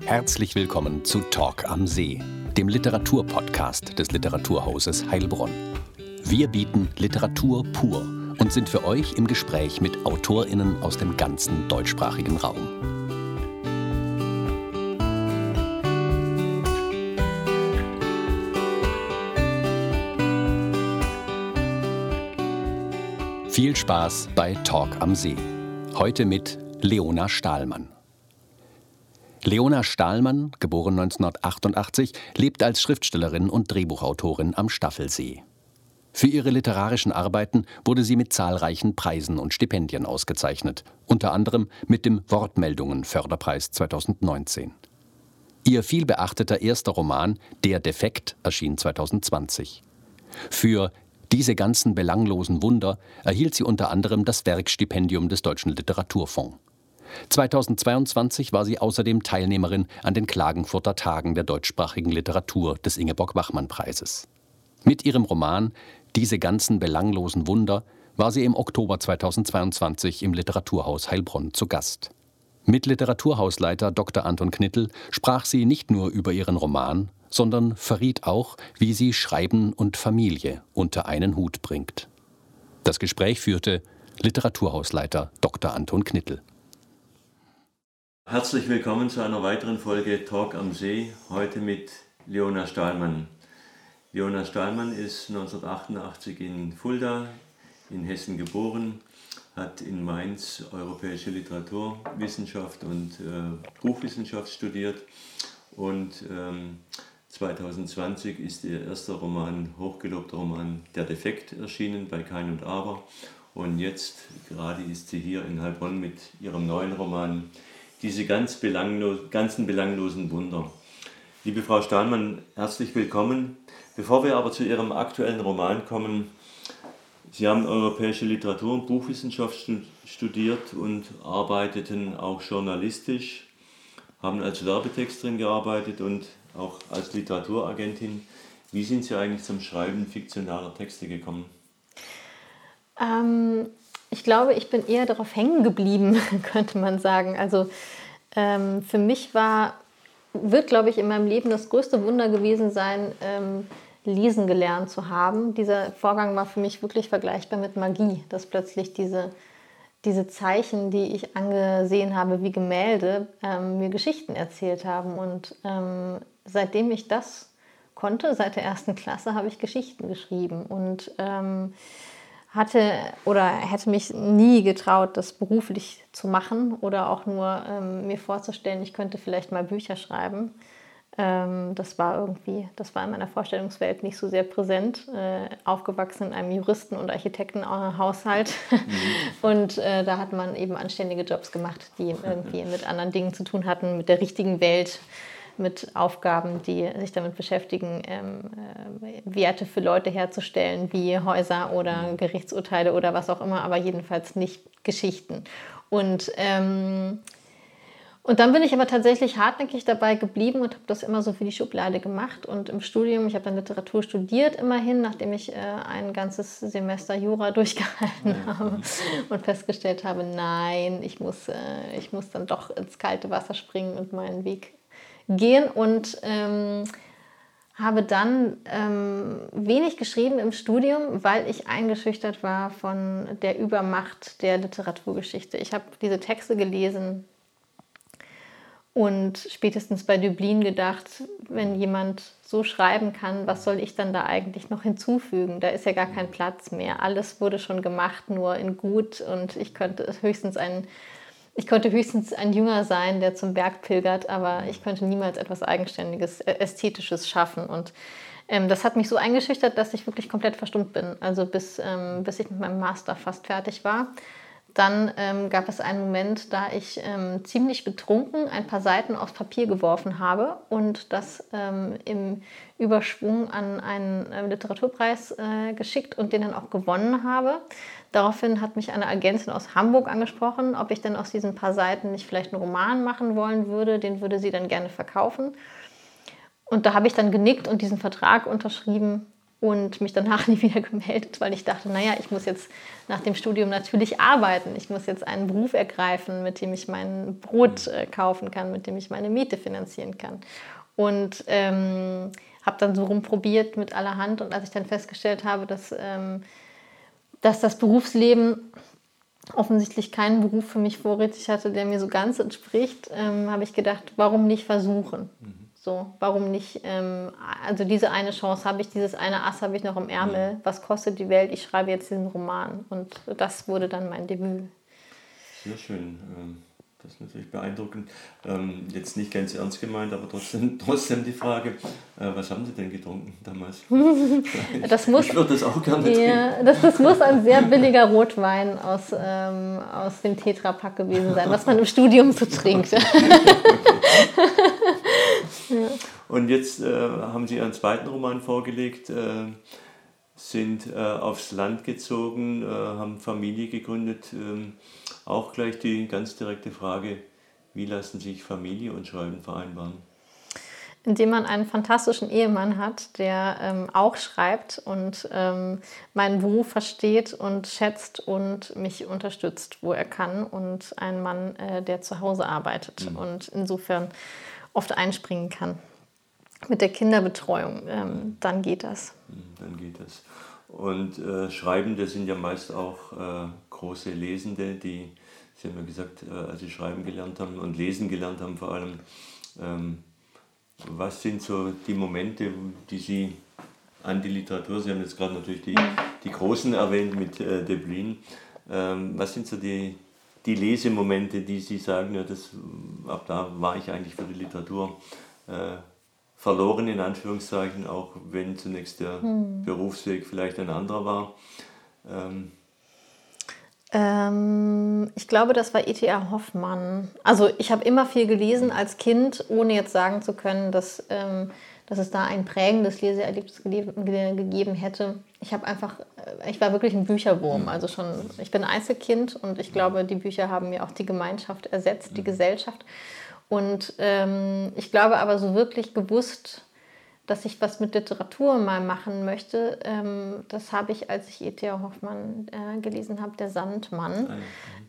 Herzlich willkommen zu Talk am See, dem Literaturpodcast des Literaturhauses Heilbronn. Wir bieten Literatur pur und sind für euch im Gespräch mit AutorInnen aus dem ganzen deutschsprachigen Raum. Viel Spaß bei Talk am See. Heute mit Leona Stahlmann. Leona Stahlmann, geboren 1988, lebt als Schriftstellerin und Drehbuchautorin am Staffelsee. Für ihre literarischen Arbeiten wurde sie mit zahlreichen Preisen und Stipendien ausgezeichnet, unter anderem mit dem Wortmeldungen-Förderpreis 2019. Ihr vielbeachteter erster Roman Der Defekt erschien 2020. Für Diese ganzen belanglosen Wunder erhielt sie unter anderem das Werkstipendium des Deutschen Literaturfonds. 2022 war sie außerdem Teilnehmerin an den Klagenfurter Tagen der deutschsprachigen Literatur des Ingeborg-Bachmann-Preises. Mit ihrem Roman Diese ganzen belanglosen Wunder war sie im Oktober 2022 im Literaturhaus Heilbronn zu Gast. Mit Literaturhausleiter Dr. Anton Knittel sprach sie nicht nur über ihren Roman, sondern verriet auch, wie sie Schreiben und Familie unter einen Hut bringt. Das Gespräch führte Literaturhausleiter Dr. Anton Knittel. Herzlich willkommen zu einer weiteren Folge Talk am See, heute mit Leona Stahlmann. Leona Stahlmann ist 1988 in Fulda in Hessen geboren, hat in Mainz europäische Literaturwissenschaft und Buchwissenschaft studiert und 2020 ist ihr erster Roman, hochgelobter Roman Der Defekt erschienen bei Kein und Aber, und jetzt gerade ist sie hier in Heilbronn mit ihrem neuen Roman Diese ganzen belanglosen Wunder. Liebe Frau Stahlmann, herzlich willkommen. Bevor wir aber zu Ihrem aktuellen Roman kommen, Sie haben europäische Literatur- und Buchwissenschaft studiert und arbeiteten auch journalistisch, haben als Werbetexterin gearbeitet und auch als Literaturagentin. Wie sind Sie eigentlich zum Schreiben fiktionaler Texte gekommen? Ich glaube, ich bin eher darauf hängen geblieben, könnte man sagen. Also für mich wird, glaube ich, in meinem Leben das größte Wunder gewesen sein, lesen gelernt zu haben. Dieser Vorgang war für mich wirklich vergleichbar mit Magie, dass plötzlich diese Zeichen, die ich angesehen habe wie Gemälde, mir Geschichten erzählt haben. Und seitdem ich das konnte, seit der 1. Klasse, habe ich Geschichten geschrieben und hätte mich nie getraut, das beruflich zu machen oder auch nur mir vorzustellen, ich könnte vielleicht mal Bücher schreiben. Das war in meiner Vorstellungswelt nicht so sehr präsent. Aufgewachsen in einem Juristen- und Architektenhaushalt. Und da hat man eben anständige Jobs gemacht, die irgendwie mit anderen Dingen zu tun hatten, mit der richtigen Welt, mit Aufgaben, die sich damit beschäftigen, Werte für Leute herzustellen, wie Häuser oder Gerichtsurteile oder was auch immer, aber jedenfalls nicht Geschichten. Und dann bin ich aber tatsächlich hartnäckig dabei geblieben und habe das immer so für die Schublade gemacht. Und im Studium, ich habe dann Literatur studiert immerhin, nachdem ich ein ganzes Semester Jura durchgehalten habe und festgestellt habe, nein, ich muss dann doch ins kalte Wasser springen und meinen Weg gehen, und habe dann wenig geschrieben im Studium, weil ich eingeschüchtert war von der Übermacht der Literaturgeschichte. Ich habe diese Texte gelesen und spätestens bei Döblin gedacht, wenn jemand so schreiben kann, was soll ich dann da eigentlich noch hinzufügen? Da ist ja gar kein Platz mehr. Alles wurde schon gemacht, nur in gut, und ich konnte höchstens ein Jünger sein, der zum Berg pilgert, aber ich könnte niemals etwas Eigenständiges, Ästhetisches schaffen. Und das hat mich so eingeschüchtert, dass ich wirklich komplett verstummt bin, also bis ich mit meinem Master fast fertig war. Dann gab es einen Moment, da ich ziemlich betrunken ein paar Seiten aufs Papier geworfen habe und das im Überschwung an einen Literaturpreis geschickt und den dann auch gewonnen habe. Daraufhin hat mich eine Agentin aus Hamburg angesprochen, ob ich denn aus diesen paar Seiten nicht vielleicht einen Roman machen wollen würde. Den würde sie dann gerne verkaufen. Und da habe ich dann genickt und diesen Vertrag unterschrieben und mich danach nie wieder gemeldet, weil ich dachte, naja, ich muss jetzt nach dem Studium natürlich arbeiten. Ich muss jetzt einen Beruf ergreifen, mit dem ich mein Brot kaufen kann, mit dem ich meine Miete finanzieren kann. Und habe dann so rumprobiert mit allerhand. Und als ich dann festgestellt habe, dass das Berufsleben offensichtlich keinen Beruf für mich vorrätig hatte, der mir so ganz entspricht, habe ich gedacht, warum nicht versuchen? So, warum nicht? Also diese eine Chance habe ich, dieses eine Ass habe ich noch im Ärmel. Was kostet die Welt? Ich schreibe jetzt diesen Roman. Und das wurde dann mein Debüt. Sehr schön. Das ist natürlich beeindruckend. Jetzt nicht ganz ernst gemeint, aber trotzdem die Frage, was haben Sie denn getrunken damals? Ich würde das auch gerne trinken. Ja, das muss ein sehr billiger Rotwein aus dem Tetra-Pack gewesen sein, was man im Studium so trinkt. Ja. Und jetzt haben Sie Ihren zweiten Roman vorgelegt, sind aufs Land gezogen, haben Familie gegründet. Auch gleich die ganz direkte Frage, wie lassen sich Familie und Schreiben vereinbaren? Indem man einen fantastischen Ehemann hat, der auch schreibt und meinen Beruf versteht und schätzt und mich unterstützt, wo er kann. Und einen Mann, der zu Hause arbeitet und insofern oft einspringen kann. Mit der Kinderbetreuung, dann geht das. Dann geht das. Und Schreibende sind ja meist auch große Lesende, die, Sie haben ja gesagt, als Sie schreiben gelernt haben und lesen gelernt haben vor allem, was sind so die Momente, die Sie an die Literatur, Sie haben jetzt gerade natürlich die Großen erwähnt mit Deblin, was sind so die Lesemomente, die Sie sagen, ja, ab da war ich eigentlich für die Literatur verloren, in Anführungszeichen, auch wenn zunächst der Berufsweg vielleicht ein anderer war? Ich glaube, das war E.T.A. Hoffmann. Also ich habe immer viel gelesen als Kind, ohne jetzt sagen zu können, dass es da ein prägendes Leseerlebnis gegeben hätte. Ich war wirklich ein Bücherwurm. Also ich bin Einzelkind und ich glaube, die Bücher haben mir auch die Gemeinschaft ersetzt, die Gesellschaft. Und ich glaube aber so wirklich gewusst, dass ich was mit Literatur mal machen möchte, das habe ich, als ich E.T.A. Hoffmann gelesen habe, Der Sandmann.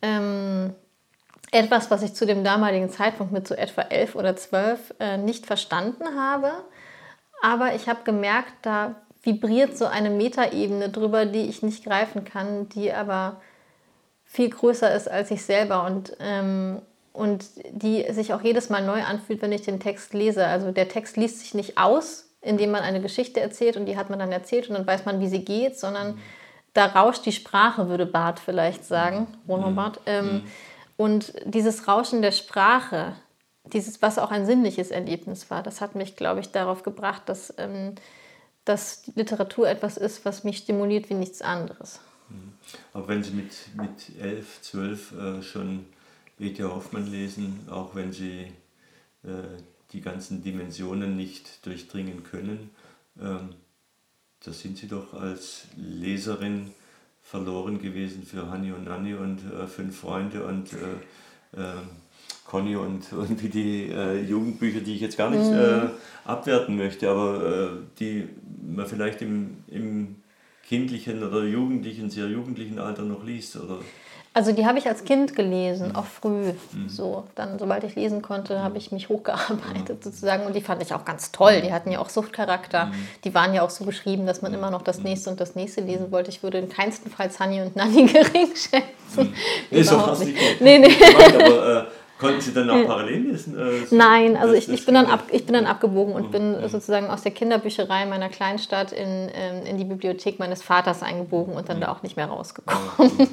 Etwas, was ich zu dem damaligen Zeitpunkt mit so etwa 11 oder 12 nicht verstanden habe. Aber ich habe gemerkt, da vibriert so eine Metaebene drüber, die ich nicht greifen kann, die aber viel größer ist als ich selber und die sich auch jedes Mal neu anfühlt, wenn ich den Text lese. Also der Text liest sich nicht aus, indem man eine Geschichte erzählt und die hat man dann erzählt und dann weiß man, wie sie geht, sondern da rauscht die Sprache, würde Barth vielleicht sagen, Roland Barth. Und dieses Rauschen der Sprache, was auch ein sinnliches Erlebnis war, das hat mich, glaube ich, darauf gebracht, dass Literatur etwas ist, was mich stimuliert wie nichts anderes. Auch wenn Sie mit 11, 12 schon E.T.A. Hoffmann lesen, auch wenn Sie die ganzen Dimensionen nicht durchdringen können, da sind Sie doch als Leserin verloren gewesen für Hanni und Nanni und 5 Freunde und Conny und wie die Jugendbücher, die ich jetzt gar nicht abwerten möchte, aber die man vielleicht im kindlichen oder jugendlichen, sehr jugendlichen Alter noch liest, oder? Also die habe ich als Kind gelesen, auch früh. So, dann, sobald ich lesen konnte, habe ich mich hochgearbeitet sozusagen. Und die fand ich auch ganz toll. Die hatten ja auch Suchtcharakter. Die waren ja auch so geschrieben, dass man immer noch das nächste und das nächste lesen wollte. Ich würde in keinsten Fall Hanni und Nanni gering schätzen. Ist doch fast nicht Nee. Aber konnten Sie dann auch parallel lesen? Nein, also ich bin dann abgebogen und bin sozusagen aus der Kinderbücherei meiner Kleinstadt in die Bibliothek meines Vaters eingebogen und dann da auch nicht mehr rausgekommen.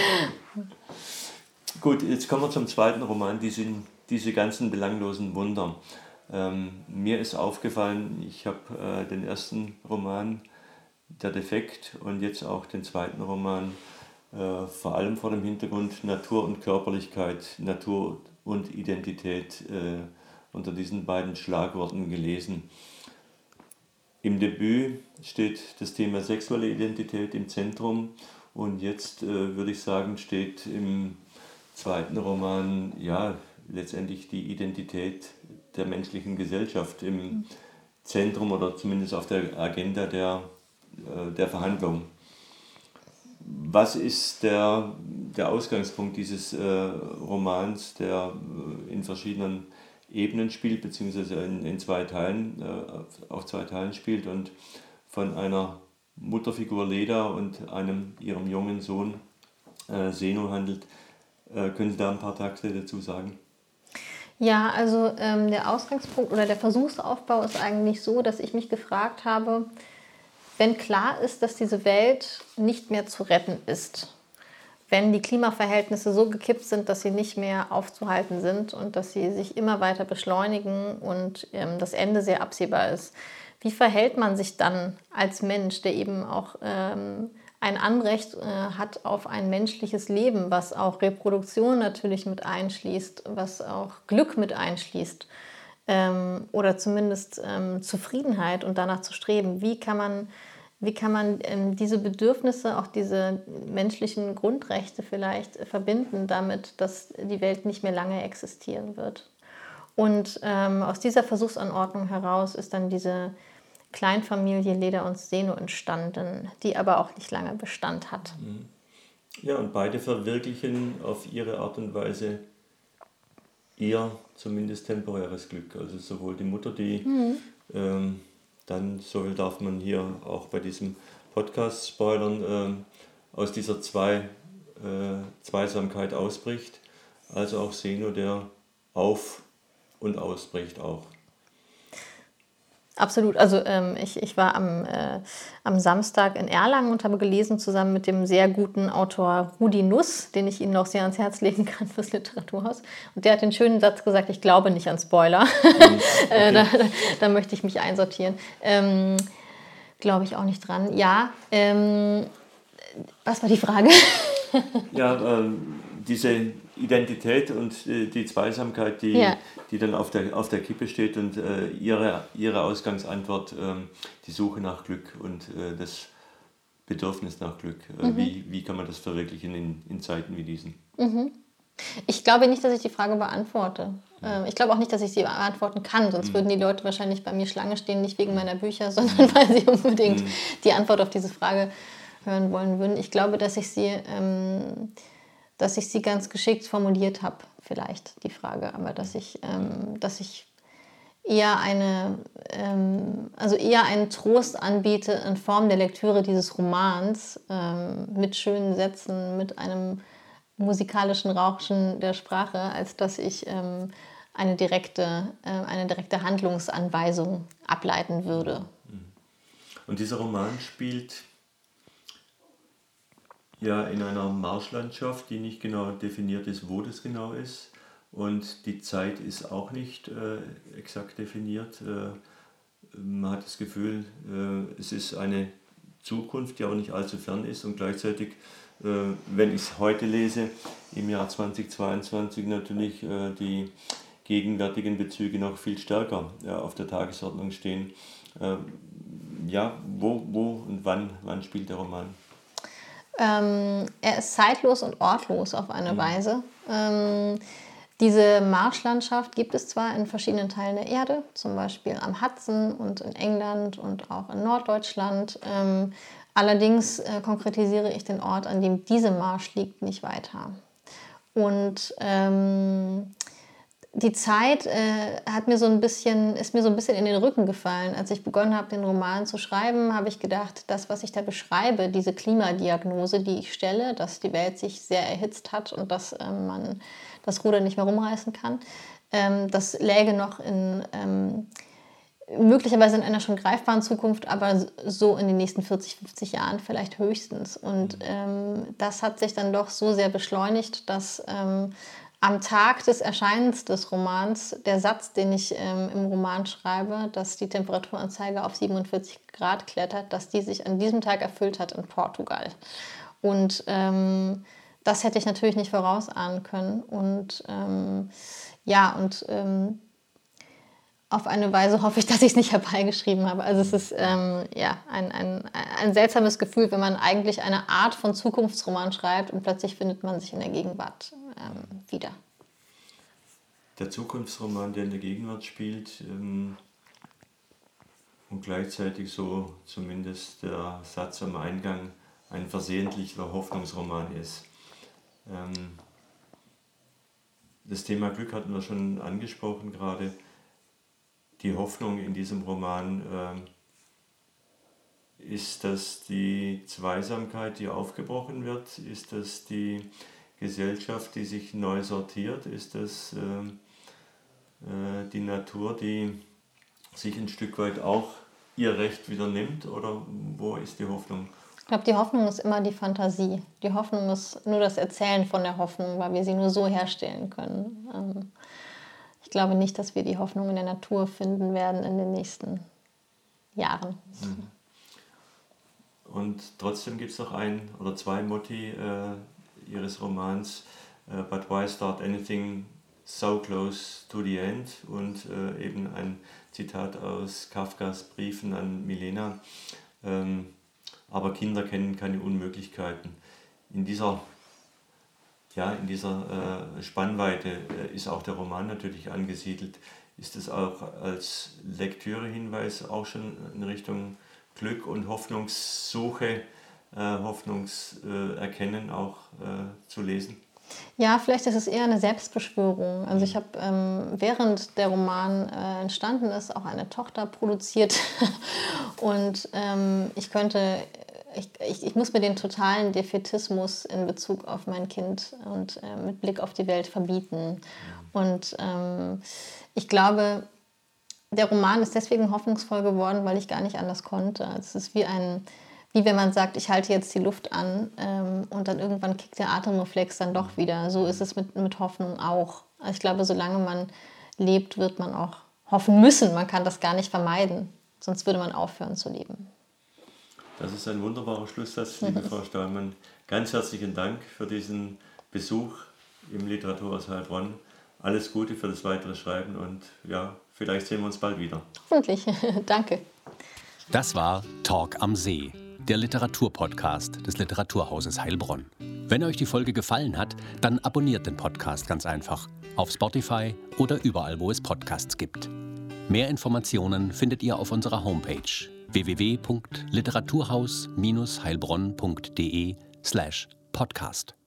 Gut, jetzt kommen wir zum zweiten Roman, diese ganzen belanglosen Wunder. Mir ist aufgefallen, ich habe den ersten Roman, Der Defekt, und jetzt auch den zweiten Roman, vor allem vor dem Hintergrund Natur und Körperlichkeit, Natur und Identität unter diesen beiden Schlagworten gelesen. Im Debüt steht das Thema sexuelle Identität im Zentrum und jetzt würde ich sagen, steht im zweiten Roman ja letztendlich die Identität der menschlichen Gesellschaft im Zentrum oder zumindest auf der Agenda der der Verhandlung. Was ist der Ausgangspunkt dieses Romans, der in verschiedenen Ebenen spielt, beziehungsweise in zwei Teilen, auf zwei Teilen spielt und von einer Mutterfigur Leda und ihrem jungen Sohn Zeno handelt? Können Sie da ein paar Takte dazu sagen? Ja, also der Ausgangspunkt oder der Versuchsaufbau ist eigentlich so, dass ich mich gefragt habe, wenn klar ist, dass diese Welt nicht mehr zu retten ist, wenn die Klimaverhältnisse so gekippt sind, dass sie nicht mehr aufzuhalten sind und dass sie sich immer weiter beschleunigen und das Ende sehr absehbar ist, wie verhält man sich dann als Mensch, der eben auch ein Anrecht hat auf ein menschliches Leben, was auch Reproduktion natürlich mit einschließt, was auch Glück mit einschließt oder zumindest Zufriedenheit und danach zu streben. Wie kann man diese Bedürfnisse, auch diese menschlichen Grundrechte vielleicht verbinden damit, dass die Welt nicht mehr lange existieren wird? Und aus dieser Versuchsanordnung heraus ist dann diese Kleinfamilie Leda und Zeno entstanden, die aber auch nicht lange Bestand hat. Ja, und beide verwirklichen auf ihre Art und Weise ihr zumindest temporäres Glück. Also sowohl die Mutter, die dann, so viel darf man hier auch bei diesem Podcast spoilern, aus dieser Zweisamkeit ausbricht, also auch Zeno, der auf- und ausbricht auch. Absolut. Also ich war am Samstag in Erlangen und habe gelesen, zusammen mit dem sehr guten Autor Rudi Nuss, den ich Ihnen noch sehr ans Herz legen kann fürs Literaturhaus. Und der hat den schönen Satz gesagt, ich glaube nicht an Spoiler. Okay. Da möchte ich mich einsortieren. Glaube ich auch nicht dran. Ja, was war die Frage? Ja, diese Identität und die Zweisamkeit, die dann auf der Kippe steht und ihre Ausgangsantwort, die Suche nach Glück und das Bedürfnis nach Glück. Wie kann man das verwirklichen in Zeiten wie diesen? Ich glaube nicht, dass ich die Frage beantworte. Ich glaube auch nicht, dass ich sie beantworten kann, sonst würden die Leute wahrscheinlich bei mir Schlange stehen, nicht wegen meiner Bücher, sondern weil sie unbedingt die Antwort auf diese Frage hören wollen würden. Ich glaube, dass ich sie ganz geschickt formuliert habe, vielleicht die Frage, aber dass ich eher einen Trost anbiete in Form der Lektüre dieses Romans mit schönen Sätzen, mit einem musikalischen Rauschen der Sprache, als dass ich eine direkte Handlungsanweisung ableiten würde. Und dieser Roman spielt ja in einer Marschlandschaft, die nicht genau definiert ist, wo das genau ist. Und die Zeit ist auch nicht exakt definiert. Man hat das Gefühl, es ist eine Zukunft, die auch nicht allzu fern ist. Und gleichzeitig, wenn ich es heute lese, im Jahr 2022 natürlich die gegenwärtigen Bezüge noch viel stärker auf der Tagesordnung stehen. Wo und wann spielt der Roman? Er ist zeitlos und ortlos auf eine Weise. Diese Marschlandschaft gibt es zwar in verschiedenen Teilen der Erde, zum Beispiel am Hudson und in England und auch in Norddeutschland. Allerdings konkretisiere ich den Ort, an dem diese Marsch liegt, nicht weiter. Und die Zeit ist mir so ein bisschen in den Rücken gefallen. Als ich begonnen habe, den Roman zu schreiben, habe ich gedacht, das, was ich da beschreibe, diese Klimadiagnose, die ich stelle, dass die Welt sich sehr erhitzt hat und dass man das Ruder nicht mehr rumreißen kann, das läge noch möglicherweise in einer schon greifbaren Zukunft, aber so in den nächsten 40, 50 Jahren vielleicht höchstens. Und das hat sich dann doch so sehr beschleunigt, dass am Tag des Erscheinens des Romans der Satz, den ich im Roman schreibe, dass die Temperaturanzeige auf 47 Grad klettert, dass die sich an diesem Tag erfüllt hat in Portugal. Und das hätte ich natürlich nicht vorausahnen können. Und auf eine Weise hoffe ich, dass ich es nicht herbeigeschrieben habe. Also es ist ein seltsames Gefühl, wenn man eigentlich eine Art von Zukunftsroman schreibt und plötzlich findet man sich in der Gegenwart wieder. Der Zukunftsroman, der in der Gegenwart spielt, und gleichzeitig, so zumindest der Satz am Eingang, ein versehentlicher Hoffnungsroman ist. Das Thema Glück hatten wir schon angesprochen gerade. Die Hoffnung in diesem Roman, ist das die Zweisamkeit, die aufgebrochen wird? Ist das die Gesellschaft, die sich neu sortiert? Ist das die Natur, die sich ein Stück weit auch ihr Recht wieder nimmt? Oder wo ist die Hoffnung? Ich glaube, die Hoffnung ist immer die Fantasie. Die Hoffnung ist nur das Erzählen von der Hoffnung, weil wir sie nur so herstellen können. Ich glaube nicht, dass wir die Hoffnung in der Natur finden werden in den nächsten Jahren. Und trotzdem gibt es noch ein oder zwei Motti Ihres Romans, But why start anything so close to the end? Und eben ein Zitat aus Kafkas Briefen an Milena. Aber Kinder kennen keine Unmöglichkeiten. In dieser Spannweite ist auch der Roman natürlich angesiedelt. Ist es auch als Lektürehinweis auch schon in Richtung Glück und Hoffnungssuche, Hoffnungserkennen auch zu lesen? Ja, vielleicht ist es eher eine Selbstbeschwörung. Also ich habe, während der Roman entstanden ist, auch eine Tochter produziert. Und ich muss mir den totalen Defätismus in Bezug auf mein Kind und mit Blick auf die Welt verbieten. Und ich glaube, der Roman ist deswegen hoffnungsvoll geworden, weil ich gar nicht anders konnte. Es ist wie wenn man sagt, ich halte jetzt die Luft an und dann irgendwann kickt der Atemreflex dann doch wieder. So ist es mit Hoffnung auch. Also ich glaube, solange man lebt, wird man auch hoffen müssen. Man kann das gar nicht vermeiden, sonst würde man aufhören zu leben. Das ist ein wunderbarer Schlusssatz, liebe Frau Stahlmann. Ganz herzlichen Dank für diesen Besuch im Literaturhaus Heilbronn. Alles Gute für das weitere Schreiben und ja, vielleicht sehen wir uns bald wieder. Hoffentlich. Danke. Das war Talk am See, der Literaturpodcast des Literaturhauses Heilbronn. Wenn euch die Folge gefallen hat, dann abonniert den Podcast ganz einfach auf Spotify oder überall, wo es Podcasts gibt. Mehr Informationen findet ihr auf unserer Homepage www.literaturhaus-heilbronn.de/podcast.